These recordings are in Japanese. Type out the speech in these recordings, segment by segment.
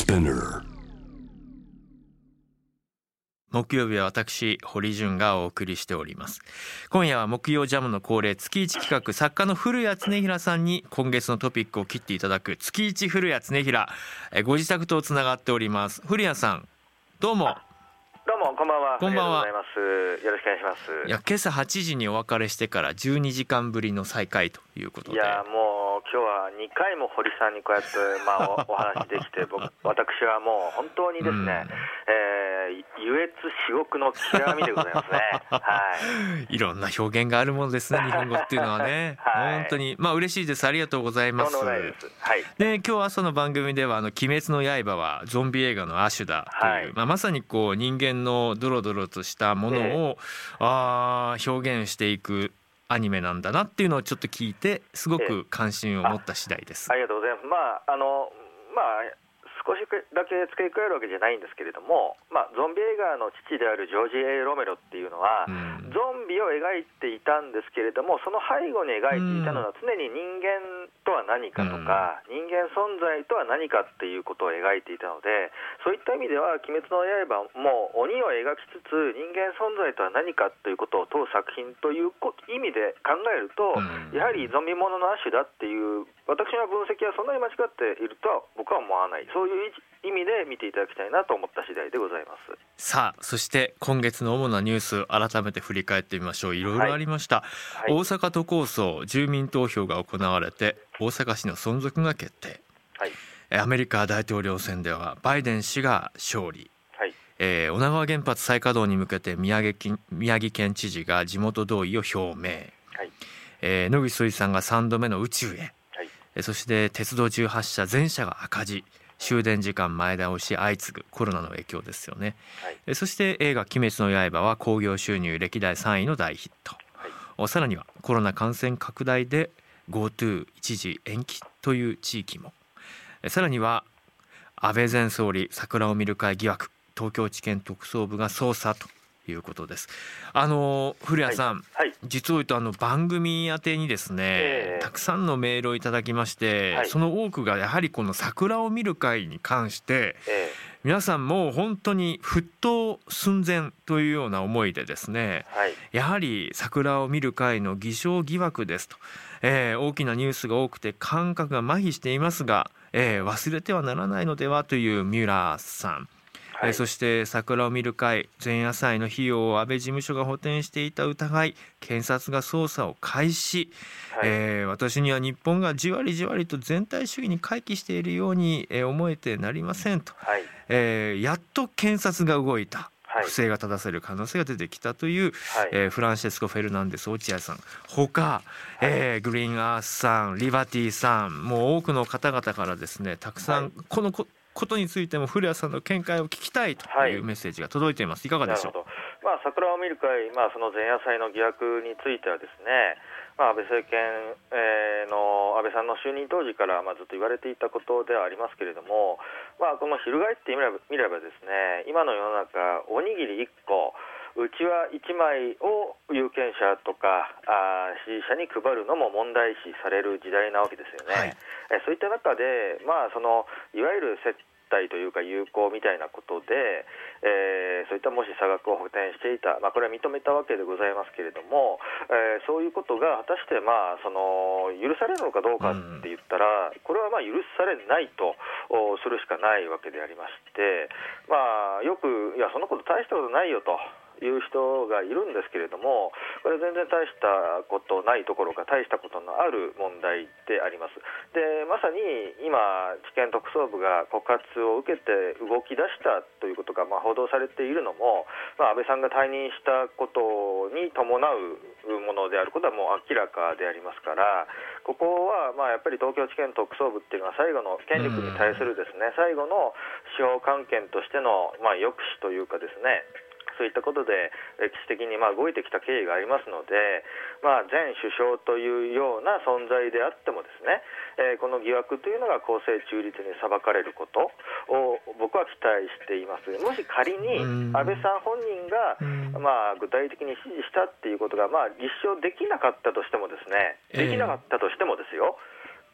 Spinner。 木曜日は私堀潤がお送りしております。今夜は木曜ジャムの恒例月一企画、作家の古谷恒平さんに今月のトピックを切っていただく月一古谷恒平、ご自宅とつながっております。古谷さん、どうも。 どうもこんばんは。 こんばんは。 ありがとうございます。よろしくお願いします。 いや、今朝8時にお別れしてから12時間ぶりの再会ということで、 いやもう今日は2回も堀さんにこうやって、お話できて私はもう本当にですね、優越至極の極みでございますね。はい。 いろんな表現があるものですね、日本語っていうのはね。はい、本当に嬉しいです。ありがとうございます。 とんでもないです。はい。 で、今日朝の番組では鬼滅の刃はゾンビ映画の亜種だという、まさにこう人間のドロドロとしたものを、表現していくアニメなんだなっていうのをちょっと聞いてすごく関心を持った次第です。 ありがとうございます。少しだけ付け加えるわけじゃないんですけれども、ゾンビ映画の父であるジョージ・A・ロメロっていうのは、ゾンビを描いていたんですけれども、その背後に描いていたのは常に人間とは何かとか、人間存在とは何かっていうことを描いていたので、そういった意味では鬼滅の刃も鬼を描きつつ人間存在とは何かということを問う作品という意味で考えると、やはりゾンビものの亜種だっていう私の分析はそんなに間違っているとは僕は思わない、そういう意味で見ていただきたいなと思った次第でございます。 さあ、そして今月の主なニュース改めて振り返ってみましょう。いろいろありました。大阪都構想住民投票が行われて大阪市の存続が決定。アメリカ大統領選ではバイデン氏が勝利。女川原発再稼働に向けて宮城県知事が地元同意を表明。野口聡一さんが3度目の宇宙へ。そして鉄道18社全社が赤字、終電時間前倒し相次ぐ、コロナの影響ですよね。そして映画鬼滅の刃は興行収入歴代3位の大ヒット。さらにはコロナ感染拡大で GoTo 一時延期という地域も。さらには安倍前総理桜を見る会疑惑、東京地検特捜部が捜査ということです。古谷さん、実を言うと番組宛てにですね、たくさんのメールをいただきまして、その多くがやはりこの桜を見る会に関して、皆さんもう本当に沸騰寸前というような思いでですね、やはり桜を見る会の偽証疑惑ですと、大きなニュースが多くて感覚が麻痺していますが、忘れてはならないのではというミュラーさん、そして桜を見る会前夜祭の費用を安倍事務所が補填していた疑い、検察が捜査を開始。私には日本がじわりじわりと全体主義に回帰しているように思えてなりませんと、やっと検察が動いた、不正が正せる可能性が出てきたという、フランシェスコ・フェルナンデス落合さんほか、グリーンアースさん、リバティさん、もう多くの方々からですね、たくさんこのことについても古谷さんの見解を聞きたいというメッセージが届いています。いかがでしょう。 桜を見る会、その前夜祭の疑惑についてはですね、安倍政権の安倍さんの就任当時からずっと言われていたことではありますけれども、この翻ってみればですね、今の世の中おにぎり1個うちは1枚を有権者とか支持者に配るのも問題視される時代なわけですよね。そういった中で、そのいわゆる接待というか友好みたいなことで、そういったもし差額を補填していた、これは認めたわけでございますけれども、そういうことが果たしてその許されるのかどうかって言ったら、これは許されないとするしかないわけでありまして、よくいやそんなこと大したことないよという人がいるんですけれども、これ全然大したことないところか大したことのある問題であります。でまさに今地検特捜部が告発を受けて動き出したということが報道されているのも、安倍さんが退任したことに伴うものであることはもう明らかでありますから、ここはやっぱり東京地検特捜部っていうのは最後の権力に対するですね、最後の司法官権としての抑止というかですね、そういったことで歴史的に動いてきた経緯がありますので、前首相というような存在であってもですね、この疑惑というのが公正中立に裁かれることを僕は期待しています。もし仮に安倍さん本人が具体的に指示したっていうことが立証できなかったとしてもですね、できなかったとしてもですよ、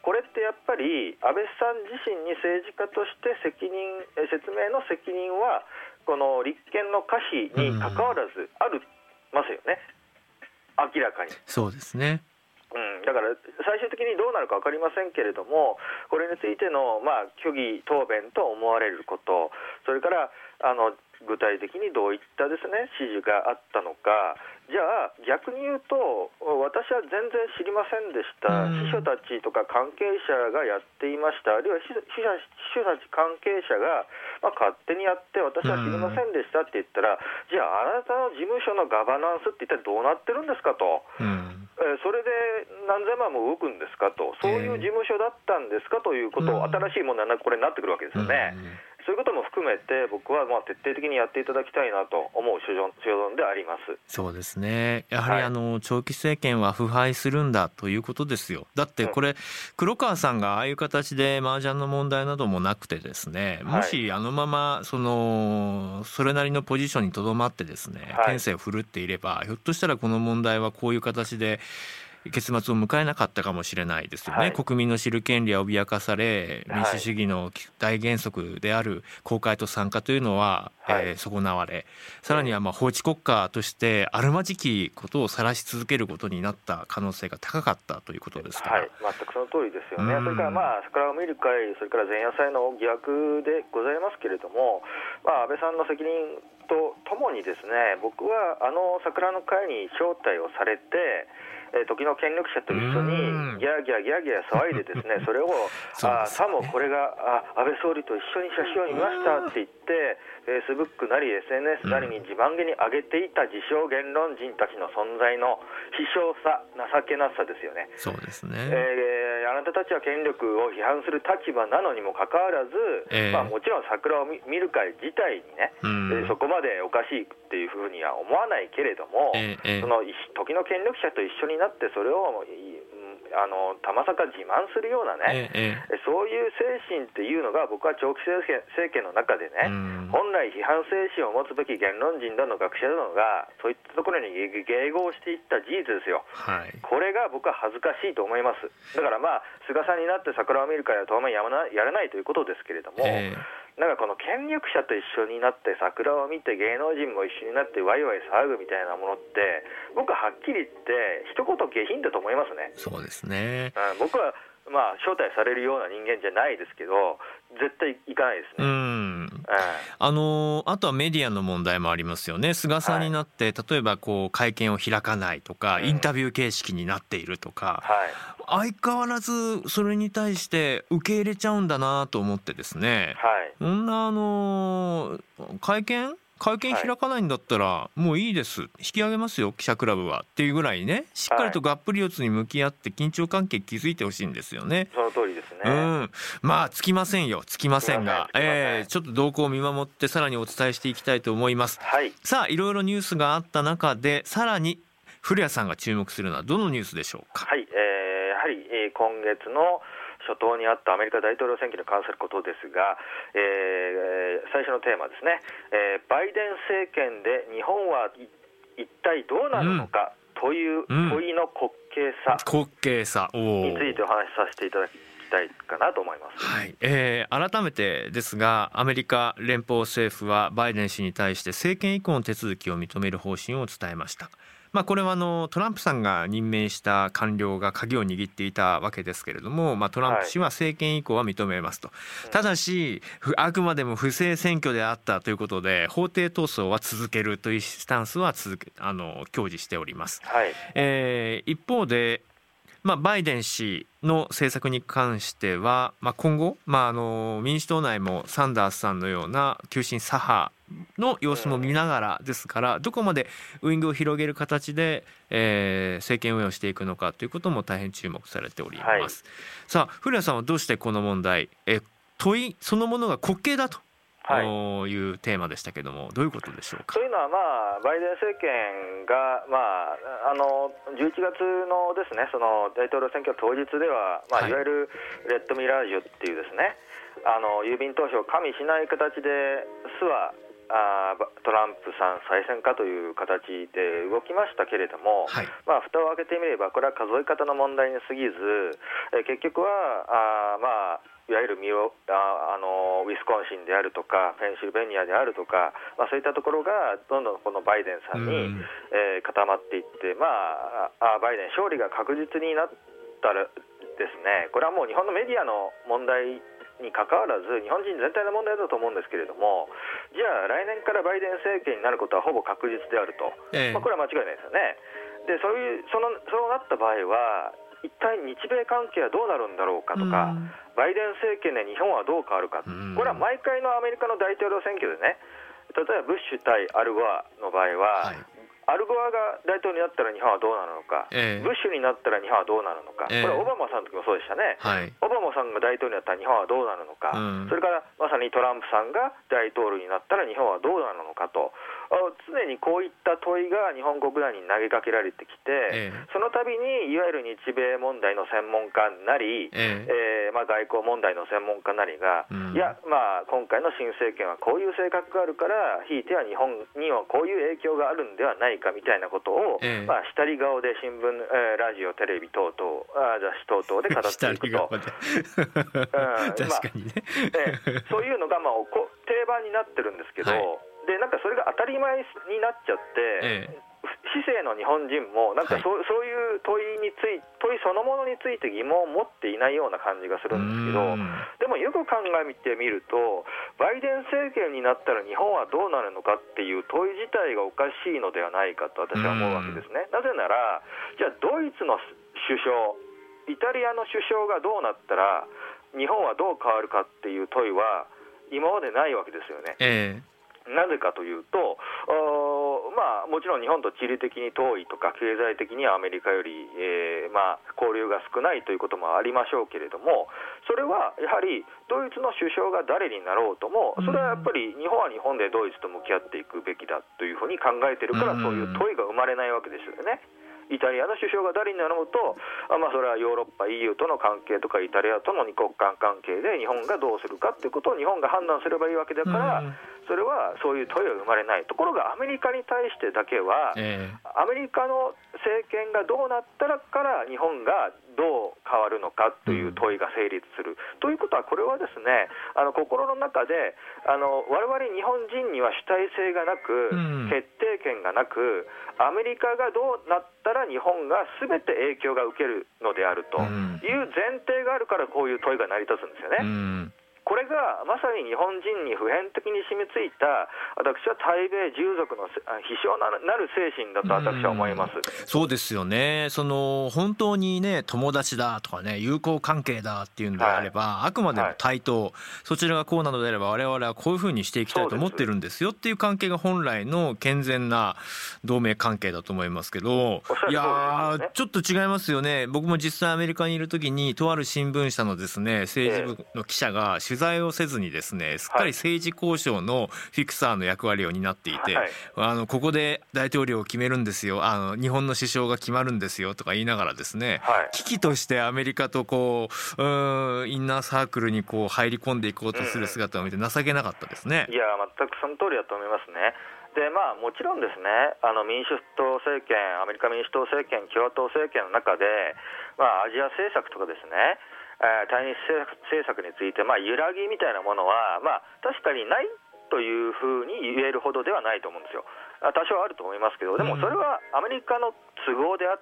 これってやっぱり安倍さん自身に政治家として説明の責任はこの立憲の可否に関わらずありますよね、明らかに。 そうですね。 だから最終的にどうなるか分かりませんけれども、これについての虚偽答弁と思われること、それから具体的にどういったですね指示があったのか。じゃあ逆に言うと、私は全然知りませんでした、秘書たちとか関係者がやっていました、あるいは秘書たち関係者が勝手にやって私は知りませんでしたって言ったら、じゃああなたの事務所のガバナンスって一体どうなってるんですかと、それで何千万も動くんですかと、そういう事務所だったんですかということを、新しい問題がこれになってくるわけですよね。そういうことも含めて僕は徹底的にやっていただきたいなと思う所存であります。 そうですね。やはり長期政権は腐敗するんだということですよ。だってこれ、黒川さんがああいう形で麻雀の問題などもなくてですね、もしあのままそれなりのポジションにとどまってですね、天性を振るっていれば、ひょっとしたらこの問題はこういう形で結末を迎えなかったかもしれないですよね。国民の知る権利は脅かされ、民主主義の大原則である公開と参加というのは、損なわれ、さらには法治国家としてあるまじきことを晒し続けることになった可能性が高かったということですから。 全くその通りですよね。それから桜を見る会、それから前夜祭の疑惑でございますけれども、安倍さんの責任とともにですね、僕は桜の会に招待をされて、時の権力者と一緒にギャーギャーギャーギャー騒いでですね、それをさもこれが安倍総理と一緒に写真を見ましたって言って、Facebook なり SNS なりに自慢げに上げていた自称言論人たちの存在の非笑さ、情けなさですよね。 そうですね。 あなたたちは権力を批判する立場なのにもかかわらず、もちろん桜を見る会自体にね、そこまでおかしいっていうふうには思わないけれども、その時の権力者と一緒になってそれをたまさか自慢するようなね、そういう精神っていうのが僕は長期政権の中でね、本来批判精神を持つべき言論人だの学者だのがそういったところに迎合していった事実ですよ、これが僕は恥ずかしいと思います。だから菅さんになって桜を見る会は当面やらないということですけれども、なんかこの権力者と一緒になって桜を見て芸能人も一緒になってワイワイ騒ぐみたいなものって僕ははっきり言って一言下品だと思いますね。 そうですね。 僕は招待されるような人間じゃないですけど絶対行かないですね。 あとはメディアの問題もありますよね。菅さんになって、例えば会見を開かないとか、インタビュー形式になっているとか、相変わらずそれに対して受け入れちゃうんだなと思ってですね、そんな会見開かないんだったらもういいです、引き上げますよ記者クラブはっていうぐらいね、しっかりとがっぷり四つに向き合って緊張関係築いてほしいんですよね。 その通りですね。 つきませんが、ちょっと動向を見守ってさらにお伝えしていきたいと思います。さあいろいろニュースがあった中でさらに古谷さんが注目するのはどのニュースでしょうか。 やはり今月の初頭にあったアメリカ大統領選挙に関することですが、最初のテーマですね、バイデン政権で日本は一体どうなるのかという問いの滑稽さについてお話しさせていただきたいかなと思います。 改めてですが、アメリカ連邦政府はバイデン氏に対して政権移行の手続きを認める方針を伝えました。これはトランプさんが任命した官僚が鍵を握っていたわけですけれども、トランプ氏は政権移行は認めますと、ただしあくまでも不正選挙であったということで法廷闘争は続けるというスタンスは享受しております。一方でバイデン氏の政策に関しては、今後、民主党内もサンダースさんのような急進左派の様子も見ながらですから、どこまでウイングを広げる形で、政権運営をしていくのかということも大変注目されております。さあ古谷さんはどうしてこの問題、問いそのものが滑稽だというテーマでしたけども、どういうことでしょうか。 というのは、バイデン政権が、11月のですね、その大統領選挙当日では、いわゆるレッドミラージュっていうですね、郵便投票を加味しない形でトランプさん再選かという形で動きましたけれども、 はい、 蓋を開けてみればこれは数え方の問題に過ぎず、結局はいわゆるウィスコンシンであるとかペンシルベニアであるとか、そういったところがどんどんこのバイデンさんに、固まっていって、バイデン勝利が確実になったらですね、これはもう日本のメディアの問題に関わらず日本人全体の問題だと思うんですけれども、じゃあ来年からバイデン政権になることはほぼ確実であると、これは間違いないですよね。でそうなった場合は一体日米関係はどうなるんだろうかとか、バイデン政権で日本はどう変わるか、これは毎回のアメリカの大統領選挙でね、例えばブッシュ対アルゴアの場合は、アルゴアが大統領になったら日本はどうなるのか、ブッシュになったら日本はどうなるのか、これはオバマさんの時もそうでしたね、オバマさんが大統領になったら日本はどうなるのか、それからまさにトランプさんが大統領になったら日本はどうなるのかと、常にこういった問いが日本国内に投げかけられてきて、その度にいわゆる日米問題の専門家なり、外交問題の専門家なりが、いや、今回の新政権はこういう性格があるから、ひいては日本にはこういう影響があるんではないかみたいなことを、下り顔で新聞、ラジオ、テレビ等々、雑誌等々で語っていくとそういうのが定番になってるんですけど、でなんかそれが当たり前になっちゃって、市政の日本人もなんかそういう問いそのものについて疑問を持っていないような感じがするんですけど、でもよく考えてみると、バイデン政権になったら日本はどうなるのかっていう問い自体がおかしいのではないかと私は思うわけですね。なぜなら、じゃあドイツの首相、イタリアの首相がどうなったら日本はどう変わるかっていう問いは今までないわけですよね。なぜかというと、もちろん日本と地理的に遠いとか経済的にはアメリカより、交流が少ないということもありましょうけれども、それはやはりドイツの首相が誰になろうとも、それはやっぱり日本は日本でドイツと向き合っていくべきだというふうに考えているから、そういう問いが生まれないわけですよね。イタリアの首相が誰になろうと、それはヨーロッパ EU との関係とかイタリアとの二国間関係で日本がどうするかということを日本が判断すればいいわけだから、それはそういう問いは生まれない。ところがアメリカに対してだけは、アメリカの政権がどうなったらから日本がどう変わるのかという問いが成立する、ということは、これはですね、心の中で我々日本人には主体性がなく、決定権がなく、アメリカがどうなったら日本が全て影響が受けるのであるという前提があるから、こういう問いが成り立つんですよね。これがまさに日本人に普遍的に染みついた、私は対米従属の非常なる精神だと私は思います。 そうですよね。本当にね、友達だとかね、友好関係だっていうんであれば、あくまでも対等、そちらがこうなのであれば我々はこういうふうにしていきたいと思ってるんですよっていう関係が本来の健全な同盟関係だと思いますけど、いやちょっと違いますよね。僕も実際アメリカにいる時に、とある新聞社のですね、政治部の記者が取材をせずにですね、すっかり政治交渉のフィクサーの役割を担っていて、ここで大統領を決めるんですよ、日本の首相が決まるんですよとか言いながらですね、危機としてアメリカとインナーサークルに入り込んでいこうとする姿を見て情けなかったですね。 いや、全くその通りだと思いますね。でもちろんですね、民主党政権、アメリカ民主党政権、共和党政権の中で、アジア政策とかですね、対日政策について、揺らぎみたいなものは、確かにないというふうに言えるほどではないと思うんですよ。多少あると思いますけど、でもそれはアメリカの都合であって、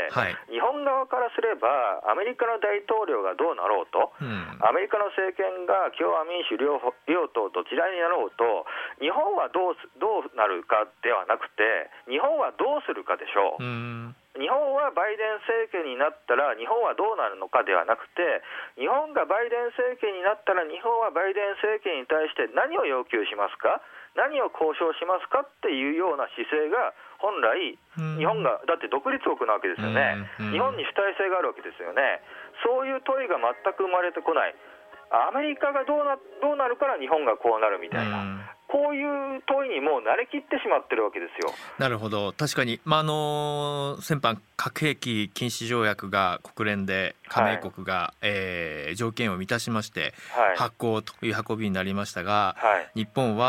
日本側からすればアメリカの大統領がどうなろうと、アメリカの政権が共和民主両党どちらになろうと、日本はどうなるかではなくて、日本はどうするかでしょう。日本はバイデン政権になったら日本はどうなるのかではなくて、日本がバイデン政権になったら日本はバイデン政権に対して何を要求しますか、何を交渉しますかっていうような姿勢が本来、日本がだって独立国なわけですよね。日本に主体性があるわけですよね。そういう問いが全く生まれてこない。アメリカがどうなるから日本がこうなるみたいな、こういう問いにもう慣れきってしまってるわけですよ。 なるほど、確かに、先般核兵器禁止条約が国連で加盟国が、条件を満たしまして、発効という運びになりましたが、日本は、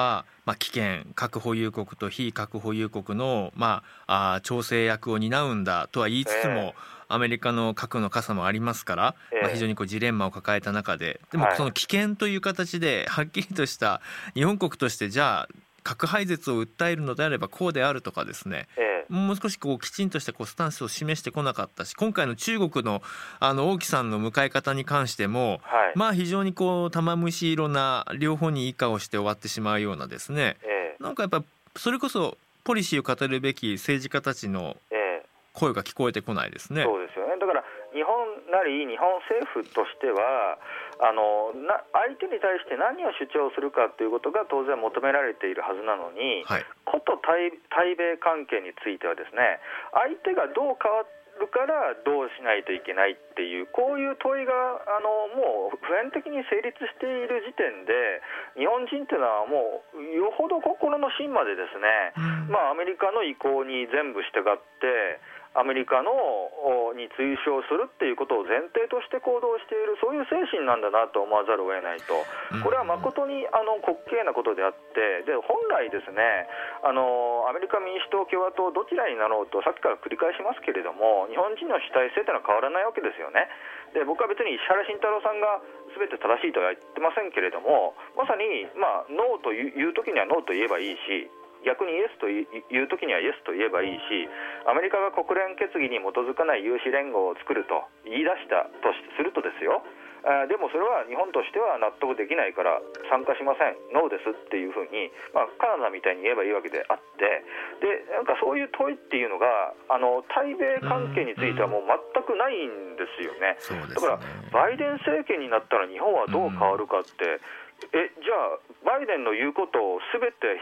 危険核保有国と非核保有国の、調整役を担うんだとは言いつつも、アメリカの核の傘もありますから、非常にジレンマを抱えた中で、でもその危険という形ではっきりとした日本国としてじゃあ核廃絶を訴えるのであればこうであるとかですね、もう少しきちんとしたスタンスを示してこなかったし、今回の中国の王毅さんの迎え方に関しても、非常に玉虫色な、両方にいい顔して終わってしまうようなですね、なんかやっぱそれこそポリシーを語るべき政治家たちの声が聞こえてこないですね。 そうですよね。だから日本なり日本政府としては相手に対して何を主張するかということが当然求められているはずなのに、こと対米関係についてはですね、相手がどう変わるからどうしないといけないっていう、こういう問いがもう普遍的に成立している時点で、日本人っていうのはもうよほど心の芯までですね、アメリカの意向に全部従ってアメリカのに追従するっていうことを前提として行動している、そういう精神なんだなと思わざるを得ないと。これは誠に滑稽なことであって、で本来ですね、アメリカ民主党共和党どちらになろうと、さっきから繰り返しますけれども、日本人の主体性というのは変わらないわけですよね。で僕は別に石原慎太郎さんが全て正しいとは言ってませんけれども、まさにノーという時にはノーと言えばいいし、逆にイエスというときにはイエスと言えばいいし、アメリカが国連決議に基づかない有志連合を作ると言い出したとするとですよ、でもそれは日本としては納得できないから参加しません、ノーですっていうふうに、カナダみたいに言えばいいわけであって、でなんかそういう問いっていうのが対米関係についてはもう全くないんですよね。だからバイデン政権になったら日本はどう変わるかって、じゃあバイデンの言うことを全て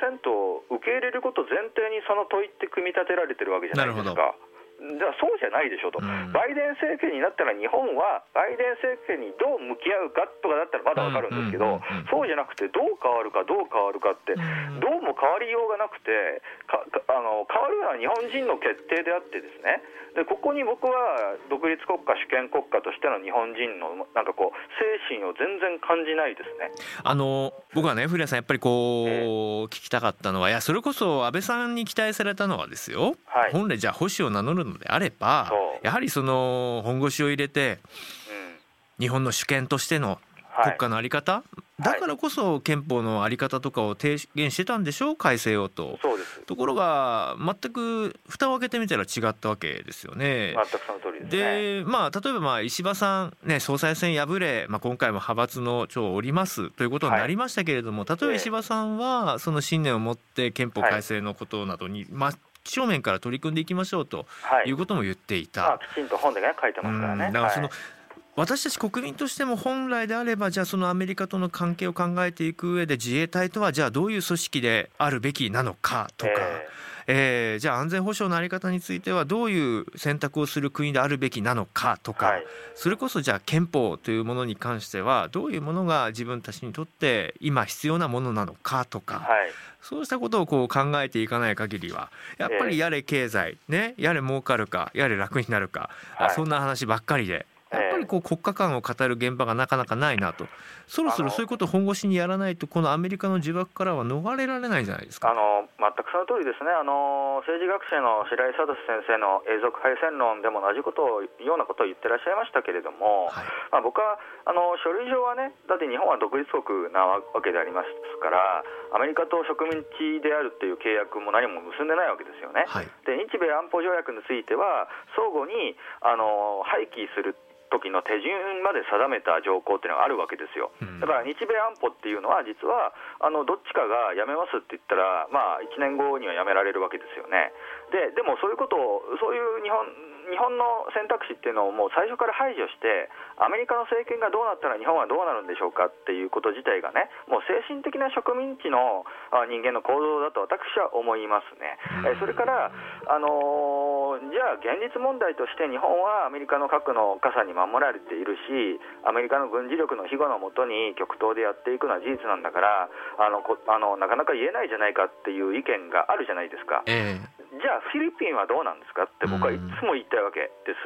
100% 受け入れること前提にその問いって組み立てられてるわけじゃないですか。じゃあそうじゃないでしょと、バイデン政権になったら日本はバイデン政権にどう向き合うかとかだったらまだ分かるんですけど、そうじゃなくてどう変わるかってどうも変わりようがなくて、変わるのは日本人の決定であってですね、でここに僕は独立国家主権国家としての日本人の精神を全然感じないですね。 僕はね、古谷さんやっぱり聞きたかったのは、それこそ安倍さんに期待されたのはですよ、本来じゃあ保守を名乗るのであれば、やはりその本腰を入れて、日本の主権としての国家の在り方、だからこそ憲法の在り方とかを提言してたんでしょう、改正をと。 そうです。 ところが全く蓋を開けてみたら違ったわけですよね。 全くその通りですね。 で、例えば石破さん、総裁選敗れ、今回も派閥の長を降りますということになりましたけれども、例えば石破さんはその信念を持って憲法改正のことなどに、正面から取り組んでいきましょうということも言っていた。 きちんと本でね書いてますからね。 だから私たち国民としても本来であれば、じゃあそのアメリカとの関係を考えていく上で、自衛隊とはじゃあどういう組織であるべきなのかとか、じゃあ安全保障の在り方についてはどういう選択をする国であるべきなのかとか、それこそじゃあ憲法というものに関してはどういうものが自分たちにとって今必要なものなのかとか、そうしたことを考えていかない限りは、やっぱりやれ経済、やれ儲かるか、やれ楽になるか、そんな話ばっかりで、やっぱり国家間を語る現場がなかなかないなと。そろそろそういうことを本腰にやらないと、このアメリカの呪縛からは逃れられないんじゃないですか。 全くその通りですね。政治学者の白井聡先生の永続敗戦論でも同じことをようなことを言ってらっしゃいましたけれども、僕は書類上はね、だって日本は独立国なわけでありますから、アメリカと植民地であるっていう契約も何も結んでないわけですよね。で日米安保条約については相互に廃棄する時の手順まで定めた条項っていうのがあるわけですよ。だから日米安保っていうのは実はどっちかがやめますって言ったら、1年後にはやめられるわけですよね。でもそういうことを、そういう日本の選択肢っていうのをもう最初から排除して、アメリカの政権がどうなったら日本はどうなるんでしょうかっていうこと自体がね、もう精神的な植民地の人間の行動だと私は思いますね。それからじゃあ現実問題として日本はアメリカの核の傘に守られているし、アメリカの軍事力の庇護のもとに極東でやっていくのは事実なんだから、なかなか言えないじゃないかっていう意見があるじゃないですか。じゃあフィリピンはどうなんですかって僕はいつも言いたいわけです。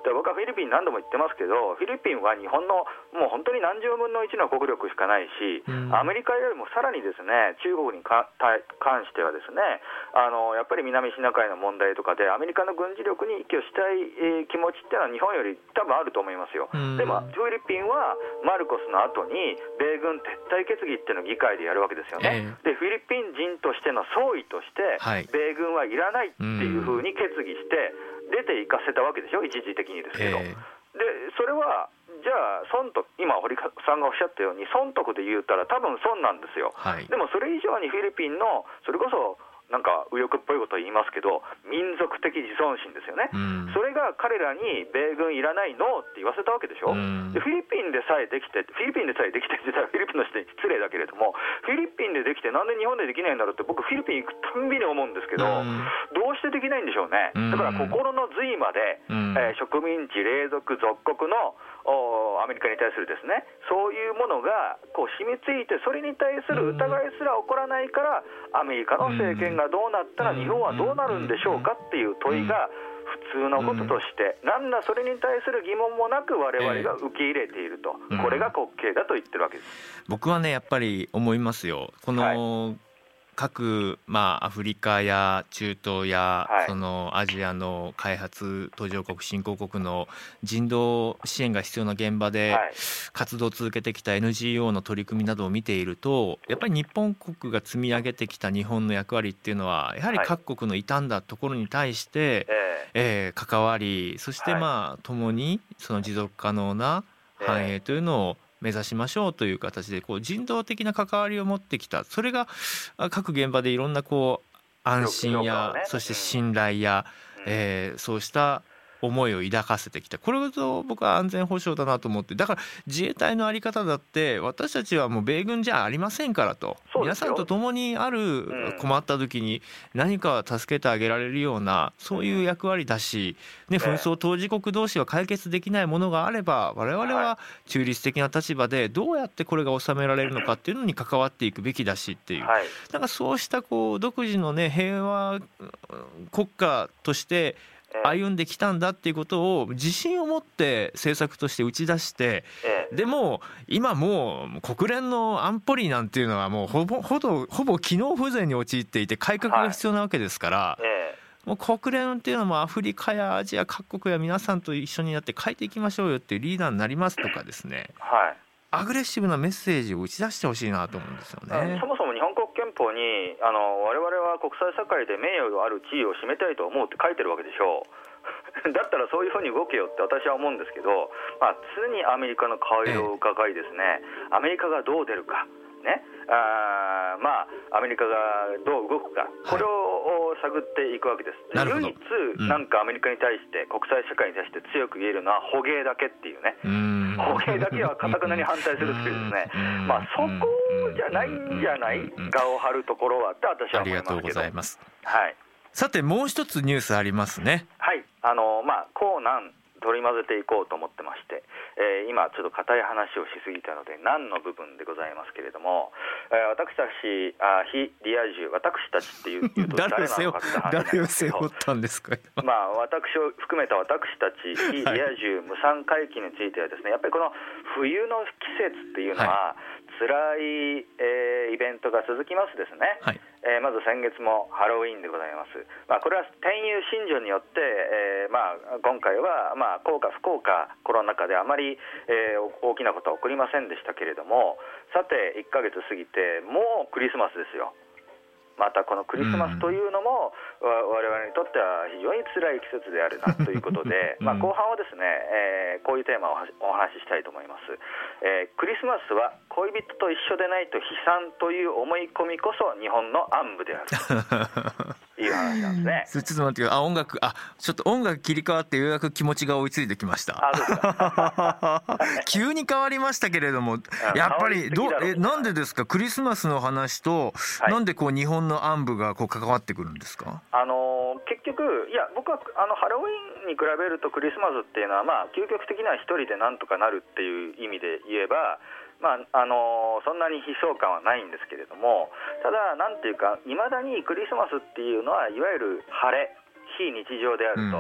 で僕はフィリピン何度も言ってますけど、フィリピンは日本のもう本当に何十分の1の国力しかないし、アメリカよりもさらにですね、中国に関してはですね、やっぱり南シナ海の問題とかでアメリカの軍事力に依拠したい、気持ちっていうのは日本より多分あると思いますよ。でもフィリピンはマルコスの後に米軍撤退決議っていうのを議会でやるわけですよね。でフィリピン人としての総意として、米軍はいらないっていうふうに決議して出て行かせたわけでしょ、一時的にですけど。でそれはじゃあ損得、今堀さんがおっしゃったように損得で言うたら多分損なんですよ、でもそれ以上にフィリピンのそれこそなんか右翼っぽいことを言いますけど、民族的自尊心ですよね、それが彼らに米軍いらないノーって言わせたわけでしょ、でフィリピンでさえできてって言ったらフィリピンの人に失礼だけれども、フィリピンでできてなんで日本でできないんだろうって僕フィリピン行くたんびに思うんですけど、どうしてできないんでしょうね。だから心の髄まで、植民地隷属属国のアメリカに対するですね、そういうものがこう染みついて、それに対する疑いすら起こらないから、アメリカの政権がどうなったら日本はどうなるんでしょうかっていう問いが普通のこととして、なんだそれに対する疑問もなく我々が受け入れていると、これが滑稽だと言ってるわけです。 僕はねやっぱり思いますよ。この、各、アフリカや中東や、そのアジアの開発途上国新興国の人道支援が必要な現場で活動を続けてきた NGO の取り組みなどを見ていると、やっぱり日本国が積み上げてきた日本の役割っていうのはやはり各国の傷んだところに対して、関わり、そして共にその持続可能な繁栄というのを目指しましょうという形でこう人道的な関わりを持ってきた。それが各現場でいろんなこう安心や、そして信頼や、そうした思いを抱かせてきた。これぞ僕は安全保障だなと思って、だから自衛隊の在り方だって私たちはもう米軍じゃありませんからと、皆さんと共にある困った時に何か助けてあげられるようなそういう役割だし、紛争当事国同士は解決できないものがあれば我々は中立的な立場でどうやってこれが収められるのかっていうのに関わっていくべきだしっていう、だからそうしたこう独自のね平和国家として歩んできたんだっていうことを自信を持って政策として打ち出して、でも今もう国連の安保理なんていうのはもうほぼ機能不全に陥っていて改革が必要なわけですから、もう国連っていうのもアフリカやアジア各国や皆さんと一緒になって変えていきましょうよっていうリーダーになりますとかですね、アグレッシブなメッセージを打ち出してほしいなと思うんですよね。 そもそも日本国憲法に我々は国際社会で名誉ある地位を占めたいと思うって書いてるわけでしょうだったらそういうふうに動けよって私は思うんですけど、常にアメリカの顔色を伺いですね、アメリカがどう出るかね、アメリカがどう動くか、これを探っていくわけです。唯一なんかアメリカに対して国際社会に対して強く言えるのは捕鯨だけっていうね、捕鯨だけはかたくなに反対するっていうですね、そこじゃないんじゃない顔を張るところはって私は思いますけど。 ありがとうございます。 はい、 さてもう一つニュースありますね。 はい、高難取り混ぜていこうと思ってまして、今ちょっと硬い話をしすぎたので難の部分でございますけれども、私たち非リア充、私たちっていうと誰なのかって話なんですけど、 誰を背負ったんですか私を含めた私たち非リア充無産回帰についてはですね、やっぱりこの冬の季節っていうのは辛い、イベントが続きますですね。まず先月もハロウィーンでございます。これは転入信条によって、今回は幸か不幸かコロナ禍であまり、大きなことは起こりませんでしたけれども、さて1ヶ月過ぎてもうクリスマスですよ。またこのクリスマスというのも我々にとっては非常に辛い季節であるなということで後半はですね、こういうテーマをお話ししたいと思います。クリスマスは恋人と一緒でないと悲惨という思い込みこそ日本の暗部であるという話なんですね。 ちょっと待って、ちょっと音楽切り替わってようやく気持ちが追いついてきました。急に変わりましたけれども、やっぱりなんでですか、クリスマスの話と、なんでこう日本の暗部がこう関わってくるんですか。 結局僕はハロウィーンに比べるとクリスマスっていうのは究極的には一人でなんとかなるっていう意味で言えばそんなに悲壮感はないんですけれども、ただなんていうかいまだにクリスマスっていうのはいわゆる晴れ非日常であると、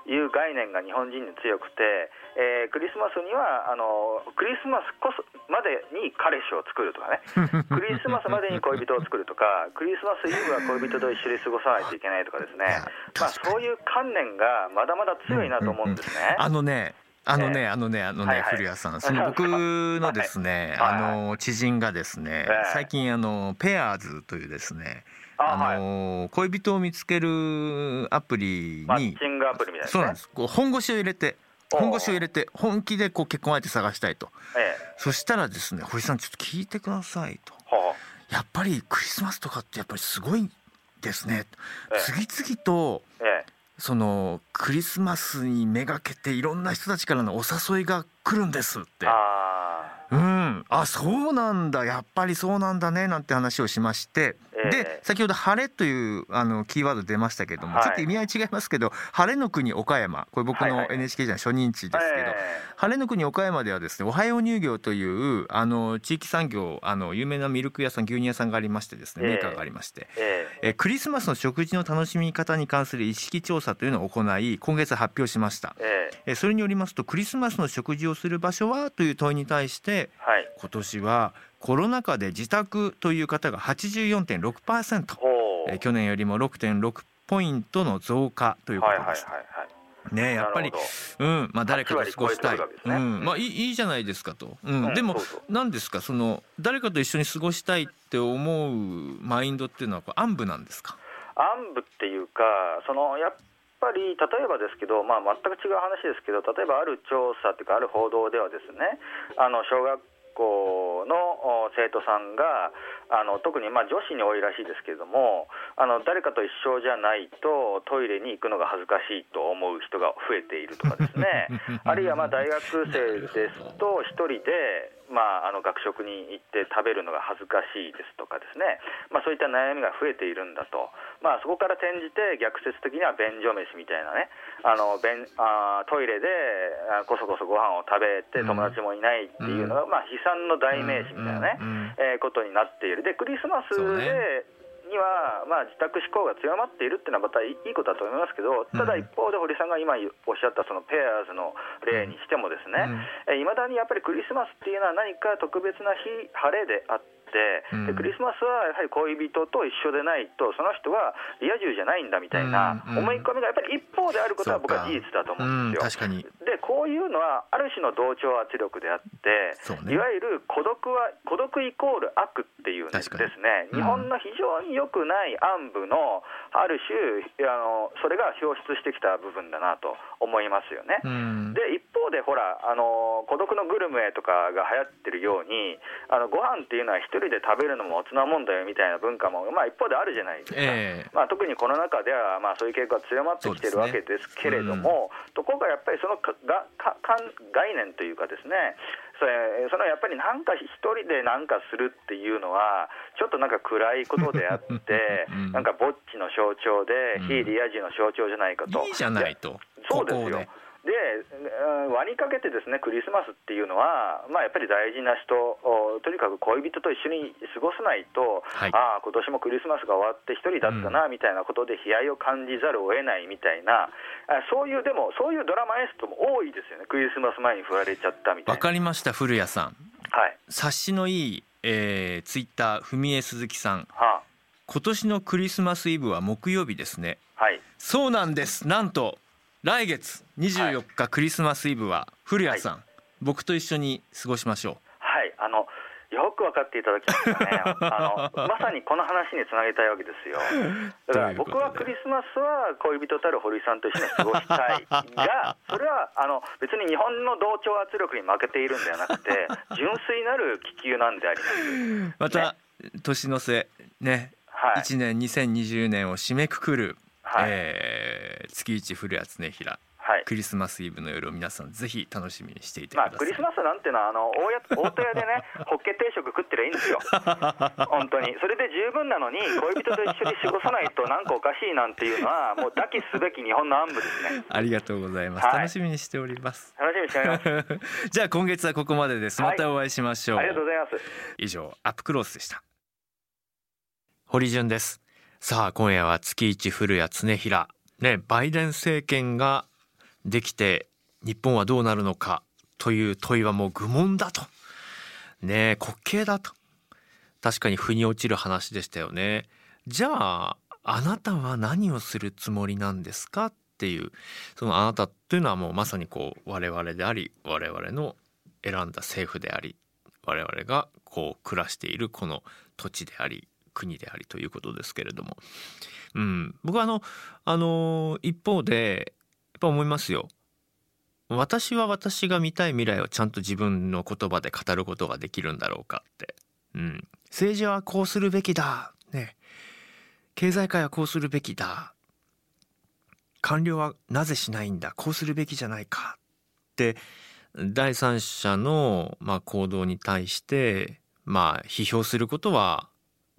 いう概念が日本人に強くて、クリスマスにはクリスマスこそまでに彼氏を作るとかねクリスマスまでに恋人を作るとかクリスマスイブは恋人と一緒に過ごさないといけないとかですね、そういう観念がまだまだ強いなと思うんですね。 古谷さん、その僕のですね、知人がですね、最近ペアーズというですね、恋人を見つけるアプリに、 マッチングアプリみたいなね、 そうなんです。本腰を入れて本気で結婚相手探したいと、そしたらですね、堀さんちょっと聞いてくださいと、やっぱりクリスマスとかってやっぱりすごいですね、次々と、そのクリスマスにめがけていろんな人たちからのお誘いが来るんですって。そうなんだ、やっぱりそうなんだねなんて話をしまして、で先ほど晴れというキーワード出ましたけども、ちょっと意味合い違いますけど、晴れの国岡山、これ僕の NHK じゃ初任地ですけど、晴れの国岡山ではですね、おはよう乳業という地域産業有名なミルク屋さん、牛乳屋さんがありましてですね、メーカーがありまして、クリスマスの食事の楽しみ方に関する意識調査というのを行い、今月発表しました。それによりますと、クリスマスの食事をする場所はという問いに対して、今年はコロナ禍で自宅という方が 84.6%、去年よりも 6.6 ポイントの増加ということですね。やっぱり、誰かと過ごしたい、いいじゃないですかと、でも何ですか、その誰かと一緒に過ごしたいって思うマインドっていうのは暗部なんですか？ 暗部っていうか、やっぱり例えばですけど、全く違う話ですけど、例えばある調査というかある報道ではですね、小学校の生徒さんが特に女子に多いらしいですけれども、誰かと一緒じゃないとトイレに行くのが恥ずかしいと思う人が増えているとかですねあるいは大学生ですと一人で学食に行って食べるのが恥ずかしいですとかですね、そういった悩みが増えているんだと、そこから転じて逆説的には便所飯みたいなね、トイレでこそこそご飯を食べて友達もいないっていうのが、悲惨の代名詞みたいなね、ことになっている。でクリスマスには自宅志向が強まっているっていうのはまたいいことだと思いますけど、ただ一方で堀さんが今おっしゃったそのペアーズの例にしてもですね、いまだにやっぱりクリスマスっていうのは何か特別な日晴れであって、でクリスマスはやはり恋人と一緒でないとその人はリア充じゃないんだみたいな思い込みがやっぱり一方であることは僕は事実だと思うんですよ。でこういうのはある種の同調圧力であって、いわゆる孤独イコール悪っていうですね、日本の非常に良くない暗部のある種それが表出してきた部分だなと思いますよね。で一方でほら孤独のグルメとかが流行ってるようにご飯っていうのは一人で食べるのもおつなもんだよみたいな文化も一方であるじゃないですか。特にコロナ禍ではそういう傾向が強まってきてるわけですけれども、ところがやっぱりその概念というかですね、そのやっぱりなんか一人でなんかするっていうのはちょっとなんか暗いことであってなんかぼっちの象徴で非リア充の象徴じゃないかと。 いいじゃないと。 そうですよ。で輪にかけてですね、クリスマスっていうのは、やっぱり大事な人、とにかく恋人と一緒に過ごさないと、今年もクリスマスが終わって一人だったなみたいなことで悲哀を感じざるを得ないみたいな、そういうドラマ演出も多いですよね。クリスマス前に振られちゃったみたいな。 わかりました、古谷さん。察しのいい、ツイッター文江鈴木さん、今年のクリスマスイブは木曜日ですね。そうなんです。なんと来月24日、クリスマスイブは古谷さん、僕と一緒に過ごしましょう。 よく分かっていただきましたねまさにこの話につなげたいわけですよ。だから僕はクリスマスは恋人たる堀さんと一緒に過ごしたいが、それは別に日本の同調圧力に負けているんではなくて純粋なる気球なんであります。 また、年の瀬ね、1年2020年を締めくくる、月一古谷恒平、クリスマスイブの夜を皆さんぜひ楽しみにしていてください。 クリスマスなんてのは大戸屋でねホッケ定食食ってりゃいいんですよ本当にそれで十分なのに恋人と一緒に過ごさないとなんかおかしいなんていうのはもう抱きすべき日本の暗部ですね。 ありがとうございます、楽しみにしております。 楽しみにしておりますじゃあ今月はここまでです。またお会いしましょう。 ありがとうございます。 以上アップクロースでした。堀潤です。さあ今夜は月一古谷恒平ね、バイデン政権ができて日本はどうなるのかという問いはもう愚問だとね、滑稽だと、確かに腑に落ちる話でしたよね。じゃああなたは何をするつもりなんですかっていう、そのあなたというのはもうまさにこう我々であり、我々の選んだ政府であり、我々がこう暮らしているこの土地であり国でありということですけれども、僕は一方でやっぱ思いますよ。私は私が見たい未来をちゃんと自分の言葉で語ることができるんだろうかって、政治はこうするべきだ、ね、経済界はこうするべきだ、官僚はなぜしないんだ、こうするべきじゃないかって第三者の行動に対して批評することは、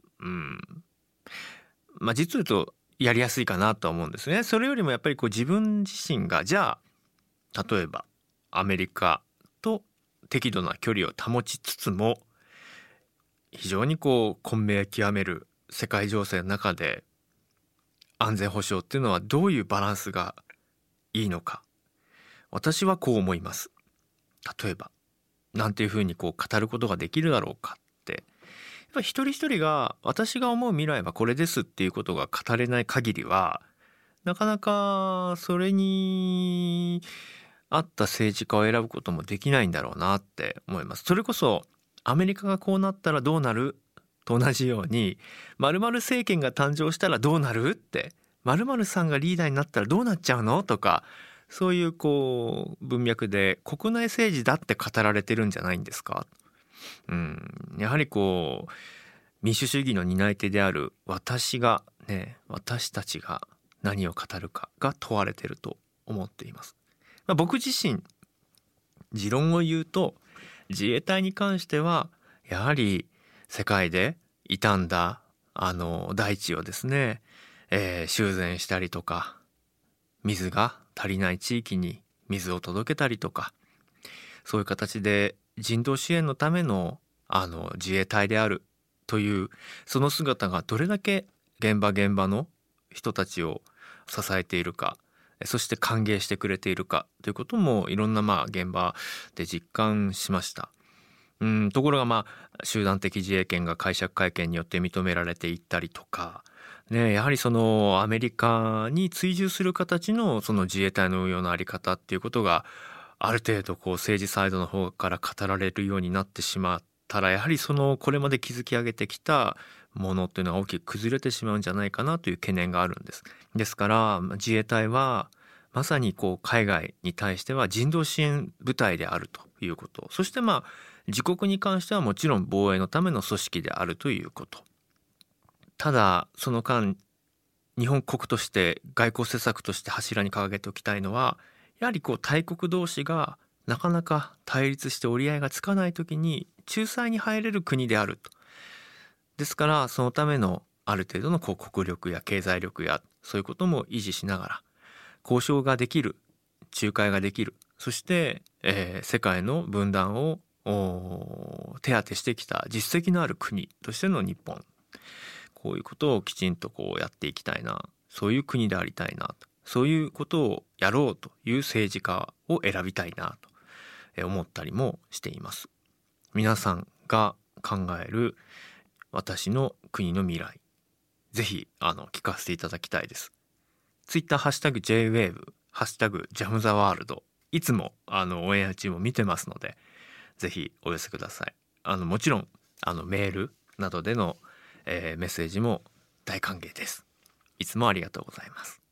実を言うとやりやすいかなとは思うんですね。それよりもやっぱりこう自分自身が、じゃあ例えばアメリカと適度な距離を保ちつつも非常にこう混迷を極める世界情勢の中で安全保障っていうのはどういうバランスがいいのか、私はこう思います、例えばなんていうふうにこう語ることができるだろうかって、やっぱり一人一人が私が思う未来はこれですっていうことが語れない限りは、なかなかそれに合った政治家を選ぶこともできないんだろうなって思います。それこそアメリカがこうなったらどうなると同じように、〇〇政権が誕生したらどうなるって、〇〇さんがリーダーになったらどうなっちゃうのとか、そういうこう文脈で国内政治だって語られてるんじゃないんですか。やはりこう民主主義の担い手である私たちが何を語るかが問われていると思っています。僕自身持論を言うと、自衛隊に関してはやはり世界で傷んだ大地をですね、修繕したりとか、水が足りない地域に水を届けたりとか、そういう形で人道支援のための自衛隊であるというその姿がどれだけ現場の人たちを支えているか、そして歓迎してくれているかということもいろんな現場で実感しました。ところが集団的自衛権が解釈改憲によって認められていったりとか、やはりそのアメリカに追従する形のその自衛隊の運用のあり方っていうことがある程度こう政治サイドの方から語られるようになってしまったら、やはりそのこれまで築き上げてきたものっていうのは大きく崩れてしまうんじゃないかなという懸念があるんです。ですから自衛隊はまさにこう海外に対しては人道支援部隊であるということ、そして自国に関してはもちろん防衛のための組織であるということ。ただその間日本国として外交施策として柱に掲げておきたいのは、やはりこう大国同士がなかなか対立して折り合いがつかないときに仲裁に入れる国であると。ですからそのためのある程度のこう国力や経済力やそういうことも維持しながら交渉ができる、仲介ができる、そして、世界の分断を手当てしてきた実績のある国としての日本、こういうことをきちんとこうやっていきたいな、そういう国でありたいなと、そういうことをやろうという政治家を選びたいなと思ったりもしています。皆さんが考える私の国の未来、ぜひ聞かせていただきたいです。ツイッターハッシュタグ JWAVE ハッシュタグジャムザワールド、いつもオンエア中も見てますので、ぜひお寄せください。もちろんメールなどでのメッセージも大歓迎です。いつもありがとうございます。